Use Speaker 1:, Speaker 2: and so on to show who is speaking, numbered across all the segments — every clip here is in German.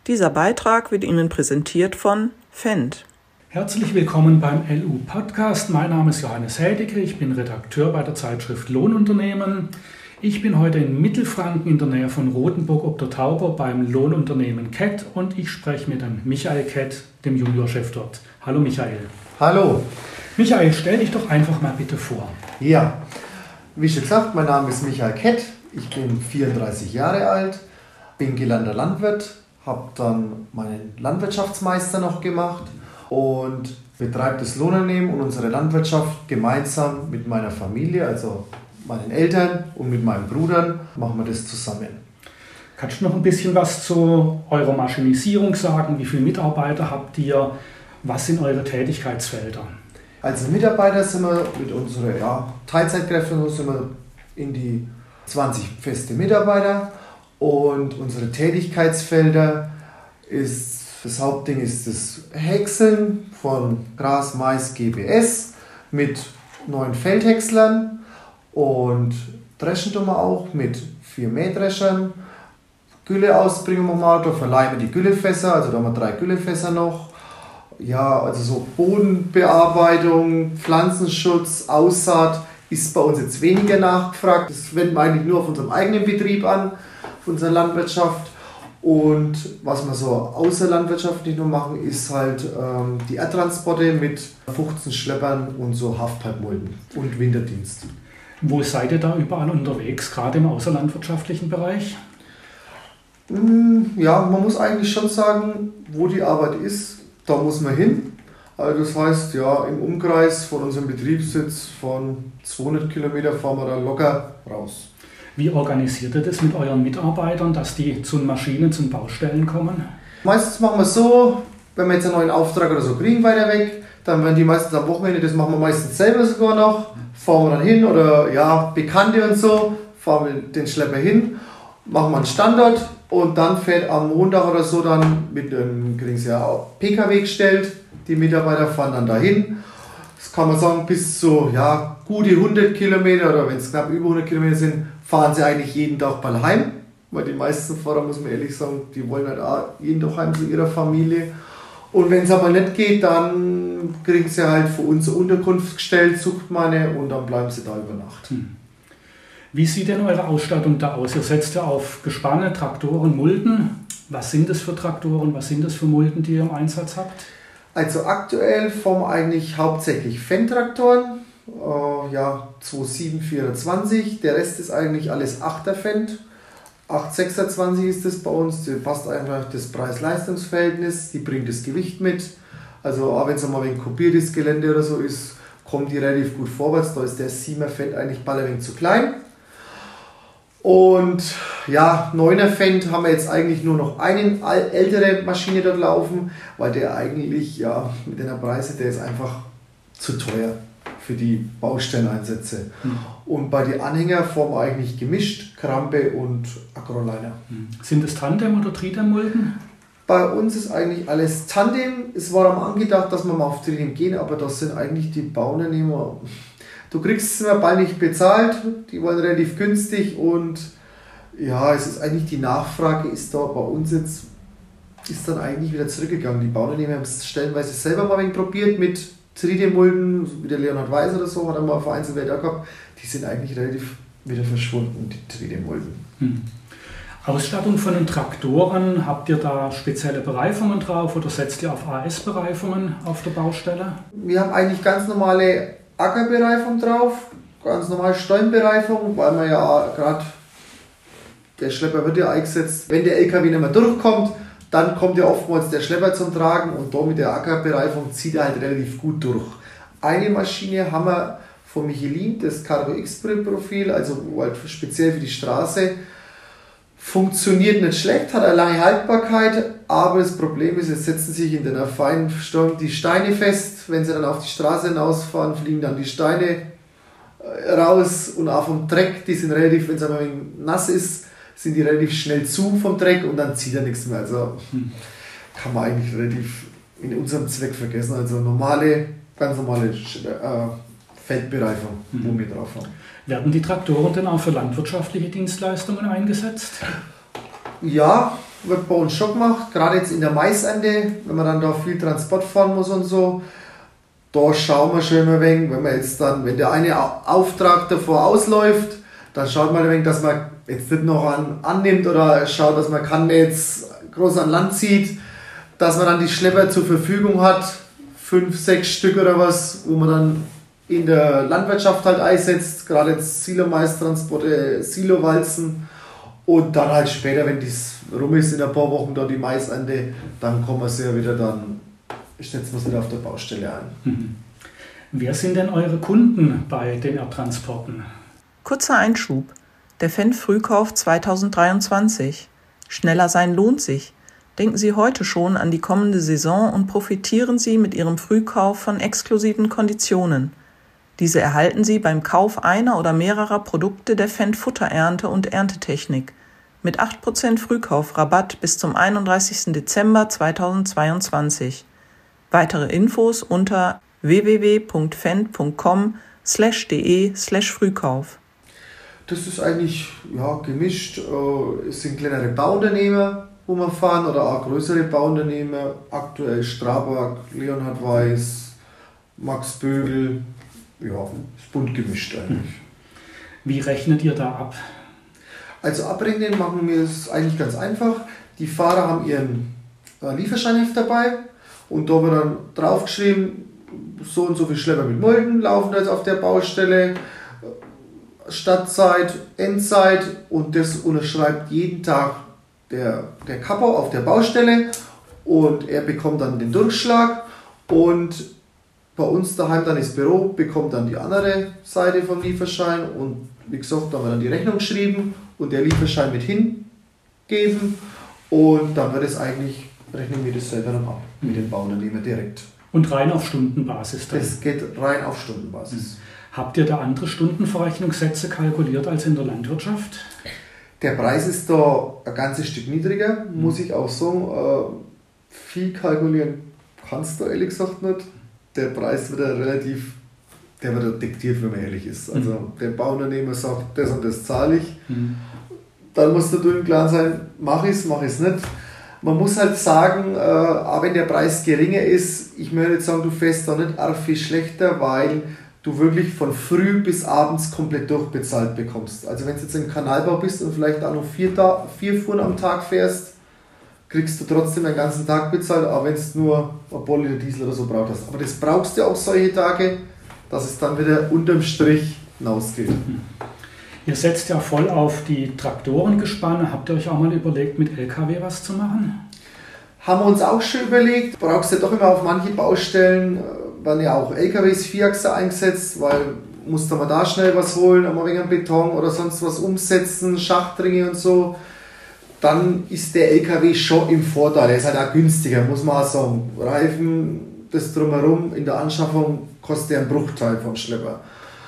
Speaker 1: Dieser Beitrag wird Ihnen präsentiert von Fendt.
Speaker 2: Herzlich willkommen beim LU-Podcast. Mein Name ist Johannes Hädicke, ich bin Redakteur bei der Zeitschrift Lohnunternehmen. Ich bin heute in Mittelfranken in der Nähe von Rothenburg ob der Tauber beim Lohnunternehmen Kett und ich spreche mit dem Michael Kett, dem Juniorchef dort. Hallo Michael.
Speaker 3: Hallo.
Speaker 2: Michael, stell dich doch einfach mal bitte vor.
Speaker 3: Ja, wie schon gesagt, mein Name ist Michael Kett, ich bin 34 Jahre alt, bin gelernter Landwirt, habe dann meinen Landwirtschaftsmeister noch gemacht und betreibe das Lohnunternehmen und unsere Landwirtschaft gemeinsam mit meiner Familie, also meinen Eltern und mit meinen Brüdern, machen wir das zusammen.
Speaker 2: Kannst du noch ein bisschen was zu eurer Maschinisierung sagen? Wie viele Mitarbeiter habt ihr? Was sind eure Tätigkeitsfelder?
Speaker 3: Also Mitarbeiter sind wir mit unseren Teilzeitkräften sind wir in die 20 feste Mitarbeiter und unsere Tätigkeitsfelder ist, das Hauptding ist das Häckseln von Gras, Mais, GBS mit 9 Feldhäckslern und Dreschen tun wir auch mit 4 Mähdreschern. Gülle ausbringen wir mal, da verleihen wir die Güllefässer, also da haben wir 3 Güllefässer noch. Ja, also so Bodenbearbeitung, Pflanzenschutz, Aussaat ist bei uns jetzt weniger nachgefragt. Das wenden wir eigentlich nur auf unserem eigenen Betrieb an, auf unserer Landwirtschaft. Und was wir so außerlandwirtschaftlich noch machen, ist halt die Erdtransporte mit 15 Schleppern und so Halfpipe-Mulden und Winterdienst.
Speaker 2: Wo seid ihr da überall unterwegs, gerade im außerlandwirtschaftlichen Bereich?
Speaker 3: Ja, man muss eigentlich schon sagen, wo die Arbeit ist, da muss man hin. Also das heißt, ja, im Umkreis von unserem Betriebssitz von 200 Kilometer fahren wir da locker raus.
Speaker 2: Wie organisiert ihr das mit euren Mitarbeitern, dass die zu den Maschinen, zu den Baustellen kommen?
Speaker 3: Meistens machen wir es so, wenn wir jetzt einen neuen Auftrag oder so kriegen weiter weg, dann werden die meistens am Wochenende, das machen wir meistens selber sogar noch, fahren wir dann hin oder ja, Bekannte und so, fahren wir den Schlepper hin, machen wir einen Standort und dann fährt am Montag oder so dann mit einem, kriegen sie ja auch PKW gestellt, die Mitarbeiter fahren dann dahin. Das kann man sagen, bis zu gute 100 Kilometer oder wenn es knapp über 100 Kilometer sind, fahren sie eigentlich jeden Tag mal heim. Weil die meisten Fahrer, muss man ehrlich sagen, die wollen halt auch jeden Tag heim zu ihrer Familie. Und wenn es aber nicht geht, dann kriegen sie halt für uns eine Unterkunft gestellt, sucht meine und dann bleiben sie da über Nacht.
Speaker 2: Wie sieht denn eure Ausstattung da aus? Ihr setzt ja auf Gespanne, Traktoren, Mulden. Was sind das für Traktoren, was sind das für Mulden, die ihr im Einsatz habt?
Speaker 3: Also aktuell fahren wir eigentlich hauptsächlich Fendt-Traktoren, 2724. Der Rest ist eigentlich alles 8er Fendt. 826 ist das bei uns, die passt einfach das Preis-Leistungs-Verhältnis, die bringt das Gewicht mit. Also auch wenn es mal ein kopiertes Gelände oder so ist, kommt die relativ gut vorwärts. Da ist der 7er Fendt eigentlich bald ein wenig zu klein. Und 9er Fendt haben wir jetzt eigentlich nur noch eine ältere Maschine dort laufen, weil der eigentlich mit den Preisen, der ist einfach zu teuer für die Baustelleneinsätze. Und bei den Anhängern fahren wir eigentlich gemischt, Krampe und Agroliner.
Speaker 2: Sind es Tandem- oder Tridem-Mulden?
Speaker 3: Bei uns ist eigentlich alles Tandem. Es war am angedacht, dass wir mal auf Tridem gehen, aber das sind eigentlich die Bauunternehmer. Du kriegst es immer bald nicht bezahlt, die wollen relativ günstig und es ist eigentlich die Nachfrage ist da bei uns jetzt, ist dann eigentlich wieder zurückgegangen. Die Bauunternehmer haben es stellenweise selber mal ein wenig probiert mit Tridem-Mulden, wie der Leonhard Weiß oder so, hat er mal vereinzelt da gehabt. Die sind eigentlich relativ wieder verschwunden, die Tridem-Mulden.
Speaker 2: Ausstattung von den Traktoren, habt ihr da spezielle Bereifungen drauf oder setzt ihr auf AS-Bereifungen auf der Baustelle?
Speaker 3: Wir haben eigentlich ganz normale Ackerbereifung drauf, ganz normal Stollenbereifung, weil man ja gerade, der Schlepper wird ja eingesetzt, wenn der LKW nicht mehr durchkommt, dann kommt ja oftmals der Schlepper zum Tragen und da mit der Ackerbereifung zieht er halt relativ gut durch. Eine Maschine haben wir von Michelin, das Cargo X-Profil, also halt speziell für die Straße, funktioniert nicht schlecht, hat eine lange Haltbarkeit, aber das Problem ist, jetzt setzen sich in der feinen Sturm die Steine fest. Wenn sie dann auf die Straße hinausfahren, fliegen dann die Steine raus und auch vom Dreck, die sind relativ, wenn es einmal nass ist, sind die relativ schnell zu vom Dreck und dann zieht er nichts mehr. Also kann man eigentlich relativ in unserem Zweck vergessen. Also ganz normale Feldbereifung, wo wir drauf haben.
Speaker 2: Werden die Traktoren denn auch für landwirtschaftliche Dienstleistungen eingesetzt?
Speaker 3: Ja, wird bei uns schon gemacht, gerade jetzt in der Maisernte, wenn man dann da viel Transport fahren muss und so. Da schauen wir schon immer ein wenig, wenn der eine Auftrag davor ausläuft, dann schaut man ein wenig, dass man jetzt nicht noch annimmt oder schaut, dass man kann jetzt groß an Land zieht, dass man dann die Schlepper zur Verfügung hat, 5, 6 Stück oder was, wo man dann in der Landwirtschaft halt einsetzt, gerade jetzt Silo-Mais-Transporte, Silo-Walzen und dann halt später, wenn das rum ist, in ein paar Wochen da die Maisernte, dann kommen wir sie ja wieder, dann setzen wir es wieder auf der Baustelle ein.
Speaker 2: Wer sind denn eure Kunden bei den Erdtransporten?
Speaker 1: Kurzer Einschub. Der Fendt-Frühkauf 2023. Schneller sein lohnt sich. Denken Sie heute schon an die kommende Saison und profitieren Sie mit Ihrem Frühkauf von exklusiven Konditionen. Diese erhalten Sie beim Kauf einer oder mehrerer Produkte der Fendt Futterernte und Erntetechnik mit 8% Frühkaufrabatt bis zum 31. Dezember 2022. Weitere Infos unter www.fendt.com/de/Frühkauf.
Speaker 3: Das ist eigentlich gemischt. Es sind kleinere Bauunternehmer, wo wir fahren, oder auch größere Bauunternehmer. Aktuell Strabag, Leonhard Weiß, Max Bögel. Ja, ist bunt gemischt eigentlich.
Speaker 2: Wie rechnet ihr da ab?
Speaker 3: Also abrechnen machen wir es eigentlich ganz einfach. Die Fahrer haben ihren Lieferscheinheft dabei und da wird dann draufgeschrieben, so und so viele Schlepper mit Mulden laufen da jetzt auf der Baustelle, Startzeit, Endzeit, und das unterschreibt jeden Tag der Kapo auf der Baustelle und er bekommt dann den Durchschlag, und bei uns daheim dann das Büro bekommt dann die andere Seite vom Lieferschein, und wie gesagt, da haben wir dann die Rechnung geschrieben und der Lieferschein mit hingeben, und dann wird es eigentlich, rechnen wir das selber dann ab mit den Bauunternehmern direkt.
Speaker 2: Und rein auf Stundenbasis dann?
Speaker 3: Das geht rein auf Stundenbasis.
Speaker 2: Habt ihr da andere Stundenverrechnungssätze kalkuliert als in der Landwirtschaft?
Speaker 3: Der Preis ist da ein ganzes Stück niedriger, muss ich auch sagen. Viel kalkulieren kannst du ehrlich gesagt nicht. Der Preis wird wird diktiert, wenn man ehrlich ist. Also der Bauunternehmer sagt, das und das zahle ich. Dann musst du im Klaren sein, mach ich es nicht. Man muss halt sagen, auch wenn der Preis geringer ist, ich möchte jetzt sagen, du fährst da nicht arg viel schlechter, weil du wirklich von früh bis abends komplett durchbezahlt bekommst. Also wenn du jetzt im Kanalbau bist und vielleicht auch noch 4 Fuhren am Tag fährst, kriegst du trotzdem den ganzen Tag bezahlt, auch wenn es nur ein paar Liter Diesel oder so braucht hast. Aber das brauchst du auch solche Tage, dass es dann wieder unterm Strich hinausgeht.
Speaker 2: Ihr setzt ja voll auf die Traktorengespanne. Habt ihr euch auch mal überlegt, mit LKW was zu machen?
Speaker 3: Haben wir uns auch schon überlegt. Brauchst du ja doch immer auf manche Baustellen, werden ja auch LKWs, Vierachser eingesetzt, weil musst du mal da schnell was holen, einmal wegen Beton oder sonst was umsetzen, Schachtringe und so. Dann ist der LKW schon im Vorteil. Er ist halt auch günstiger, muss man auch sagen. Reifen, das drumherum in der Anschaffung kostet ja einen Bruchteil vom Schlepper.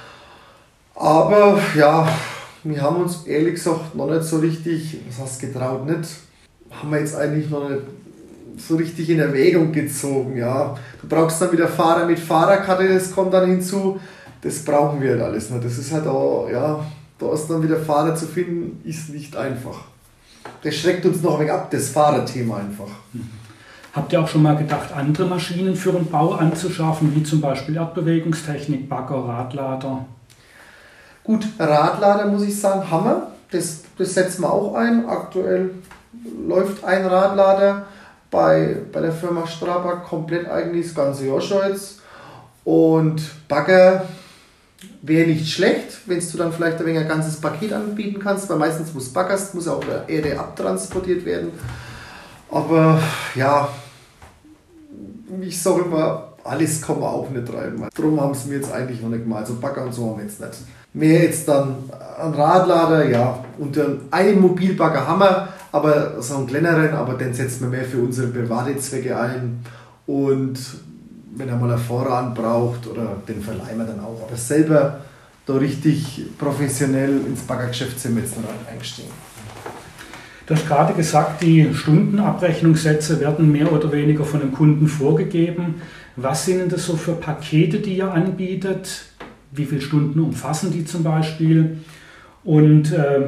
Speaker 3: Aber ja, wir haben uns ehrlich gesagt noch nicht so richtig, was heißt getraut, nicht, haben wir jetzt eigentlich noch nicht so richtig in Erwägung gezogen. Ja. Du brauchst dann wieder Fahrer mit Fahrerkarte, das kommt dann hinzu. Das brauchen wir halt alles nicht. Das ist halt auch, ja, da ist dann wieder Fahrer zu finden, ist nicht einfach. Das schreckt uns noch ein wenig ab, das Fahrerthema einfach.
Speaker 2: Habt ihr auch schon mal gedacht, andere Maschinen für den Bau anzuschaffen, wie zum Beispiel Erdbewegungstechnik, Bagger, Radlader?
Speaker 3: Gut, Radlader muss ich sagen, haben wir. Das setzen wir auch ein. Aktuell läuft ein Radlader bei der Firma Strabag komplett eigentlich das ganze Jahr schon jetzt. Und Bagger wäre nicht schlecht, wenn du dann vielleicht ein wenig ein ganzes Paket anbieten kannst, weil meistens muss auch der Erde abtransportiert werden. Aber ja, ich sage immer, alles kann man auch nicht treiben. Darum haben sie mir jetzt eigentlich noch nicht gemacht. Also Bagger und so haben wir jetzt nicht. Mehr jetzt dann ein Radlader, ja, und einen Mobilbagger haben wir, aber so einen kleineren, aber den setzen wir mehr für unsere private Zwecke ein, und wenn er mal einen Fahrer braucht, oder den verleihen wir dann auch. Aber selber da richtig professionell ins Baggergeschäft sind wir jetzt noch eingestiegen.
Speaker 2: Du hast gerade gesagt, die Stundenabrechnungssätze werden mehr oder weniger von den Kunden vorgegeben. Was sind denn das so für Pakete, die ihr anbietet? Wie viele Stunden umfassen die zum Beispiel? Und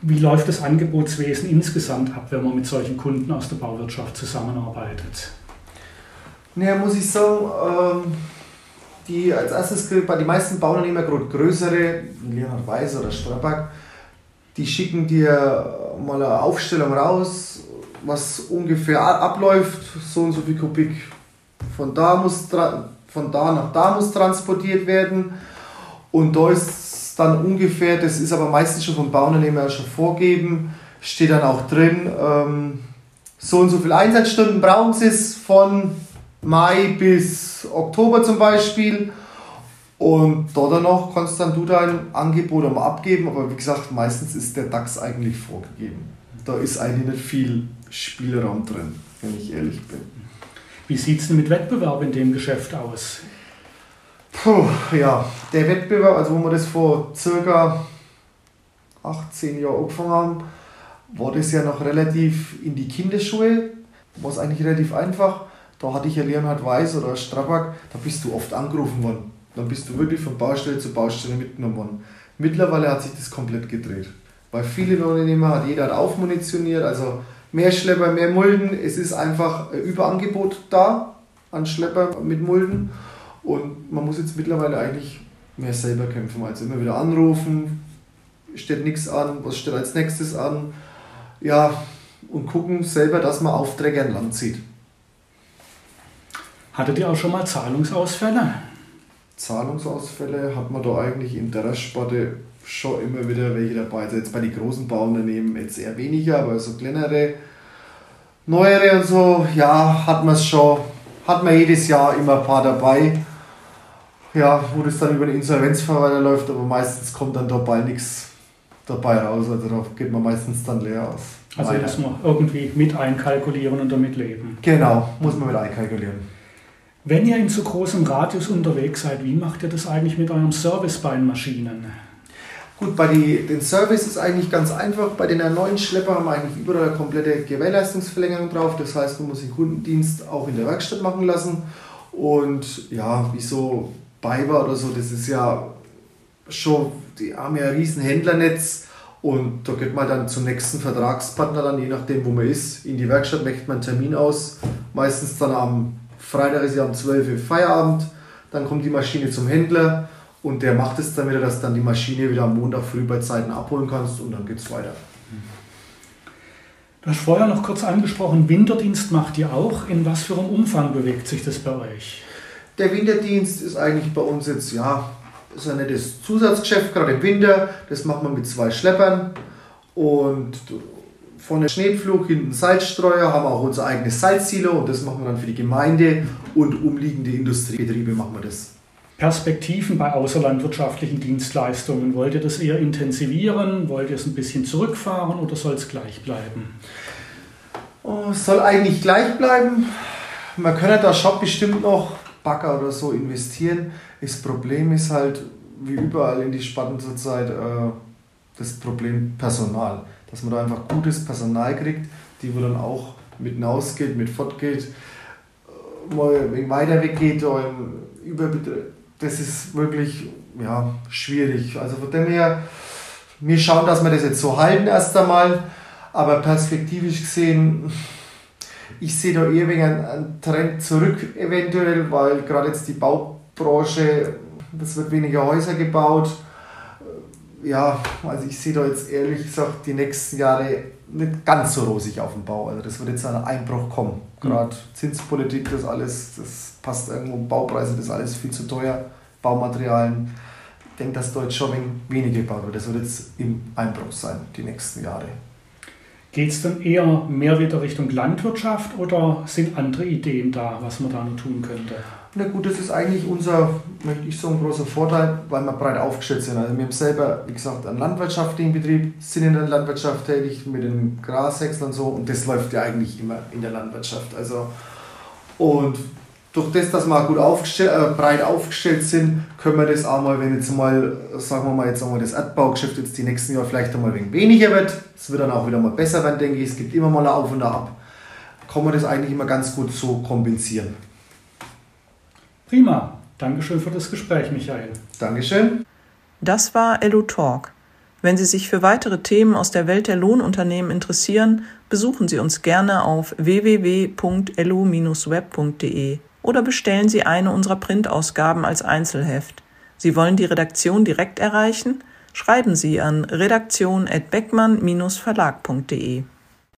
Speaker 2: Wie läuft das Angebotswesen insgesamt ab, wenn man mit solchen Kunden aus der Bauwirtschaft zusammenarbeitet?
Speaker 3: Naja, muss ich sagen, die meisten Bauunternehmer, gerade größere, wie Leonhard Weiß oder Strabag, die schicken dir mal eine Aufstellung raus, was ungefähr abläuft, so und so viel Kubik von da nach da muss transportiert werden, und da ist dann ungefähr, das ist aber meistens schon vom Bauunternehmer schon vorgegeben, steht dann auch drin, so und so viele Einsatzstunden brauchen sie es von Mai bis Oktober zum Beispiel, und danach kannst dann du dein Angebot einmal abgeben, aber wie gesagt, meistens ist der DAX eigentlich vorgegeben. Da ist eigentlich nicht viel Spielraum drin, wenn ich ehrlich bin.
Speaker 2: Wie sieht es denn mit Wettbewerb in dem Geschäft aus?
Speaker 3: Ja, der Wettbewerb, also wo wir das vor circa 18 Jahren angefangen haben, war das ja noch relativ in die Kinderschuhe, war es eigentlich relativ einfach. Da hatte ich ja Leonhard Weiß oder Strabag, da bist du oft angerufen worden. Dann bist du wirklich von Baustelle zu Baustelle mitgenommen worden. Mittlerweile hat sich das komplett gedreht. Weil viele Unternehmer hat jeder aufmunitioniert, also mehr Schlepper, mehr Mulden. Es ist einfach ein Überangebot da an Schlepper mit Mulden. Und man muss jetzt mittlerweile eigentlich mehr selber kämpfen. Also immer wieder anrufen, steht nichts an, was steht als nächstes an. Ja, und gucken selber, dass man Aufträge an Land zieht.
Speaker 2: Hattet ihr auch schon mal Zahlungsausfälle?
Speaker 3: Zahlungsausfälle hat man da eigentlich in der Restsparte schon immer wieder welche dabei. Also jetzt bei den großen Bauunternehmen jetzt eher weniger, aber so kleinere, neuere und so, ja, hat man jedes Jahr immer ein paar dabei. Ja, wo das dann über den Insolvenzverwalter läuft, aber meistens kommt dann dabei nichts dabei raus. Also da geht man meistens dann leer aus.
Speaker 2: Also muss man irgendwie mit einkalkulieren und damit leben.
Speaker 3: Genau, muss man mit einkalkulieren.
Speaker 2: Wenn ihr in so großem Radius unterwegs seid, wie macht ihr das eigentlich mit eurem Service bei den Maschinen?
Speaker 3: Gut, den Service ist eigentlich ganz einfach. Bei den neuen Schlepper haben wir eigentlich überall eine komplette Gewährleistungsverlängerung drauf. Das heißt, man muss den Kundendienst auch in der Werkstatt machen lassen. Und ja, wie so BayWa oder so, das ist ja schon, die haben ja ein riesen Händlernetz. Und da geht man dann zum nächsten Vertragspartner, dann je nachdem, wo man ist, in die Werkstatt, macht man einen Termin aus. Meistens dann am Freitag ist ja um 12 Uhr Feierabend, dann kommt die Maschine zum Händler und der macht es dann wieder, dass dann die Maschine wieder am Montag früh bei Zeiten abholen kannst, und dann geht es weiter.
Speaker 2: Du hast vorher noch kurz angesprochen, Winterdienst macht ihr auch. In was für einem Umfang bewegt sich das bei euch? Der
Speaker 3: Winterdienst ist eigentlich bei uns jetzt, ja, ist ein nettes Zusatzgeschäft, gerade im Winter. Das macht man mit 2 Schleppern und vorne Schneepflug, hinten Salzstreuer, haben auch unser eigenes Salzsilo, und das machen wir dann für die Gemeinde und umliegende Industriebetriebe machen wir das.
Speaker 2: Perspektiven bei außerlandwirtschaftlichen Dienstleistungen, wollt ihr das eher intensivieren, wollt ihr es ein bisschen zurückfahren oder soll es gleich bleiben?
Speaker 3: Es soll eigentlich gleich bleiben. Man könnte da schon bestimmt noch Bagger oder so investieren. Das Problem ist halt, wie überall in die Sparten zurzeit, das Problem Personal. Dass man da einfach gutes Personal kriegt, die wo dann auch mit hinausgeht, mit fortgeht, mal ein wenig weiter weggeht, das ist wirklich schwierig. Also von dem her, wir schauen, dass wir das jetzt so halten erst einmal, aber perspektivisch gesehen, ich sehe da eher einen Trend zurück eventuell, weil gerade jetzt die Baubranche, es wird weniger Häuser gebaut. Ja, also ich sehe da jetzt ehrlich gesagt die nächsten Jahre nicht ganz so rosig auf dem Bau. Also das wird jetzt ein Einbruch kommen. Gerade Zinspolitik, das alles, das passt irgendwo, Baupreise, das ist alles viel zu teuer, Baumaterialien. Ich denke, dass da jetzt schon weniger gebaut wird. Das wird jetzt im Einbruch sein, die nächsten Jahre.
Speaker 2: Geht es dann eher mehr wieder Richtung Landwirtschaft oder sind andere Ideen da, was man da noch tun könnte?
Speaker 3: Na gut, das ist eigentlich unser, möchte ich sagen, großer Vorteil, weil wir breit aufgestellt sind. Also wir haben selber, wie gesagt, einen landwirtschaftlichen Betrieb, sind in der Landwirtschaft tätig mit dem Grashäcksel und so, und das läuft ja eigentlich immer in der Landwirtschaft. Also, und durch das, dass wir gut breit aufgestellt sind, können wir das auch mal, wenn jetzt mal, sagen wir mal, das Erdbaugeschäft jetzt die nächsten Jahre vielleicht einmal ein wenig weniger wird, es wird dann auch wieder mal besser werden, denke ich, es gibt immer mal ein Auf und Ab, kann man das eigentlich immer ganz gut so kompensieren.
Speaker 2: Prima. Dankeschön für das Gespräch, Michael.
Speaker 3: Dankeschön.
Speaker 1: Das war Elo Talk. Wenn Sie sich für weitere Themen aus der Welt der Lohnunternehmen interessieren, besuchen Sie uns gerne auf www.lu-web.de oder bestellen Sie eine unserer Printausgaben als Einzelheft. Sie wollen die Redaktion direkt erreichen? Schreiben Sie an redaktion@beckmann-verlag.de.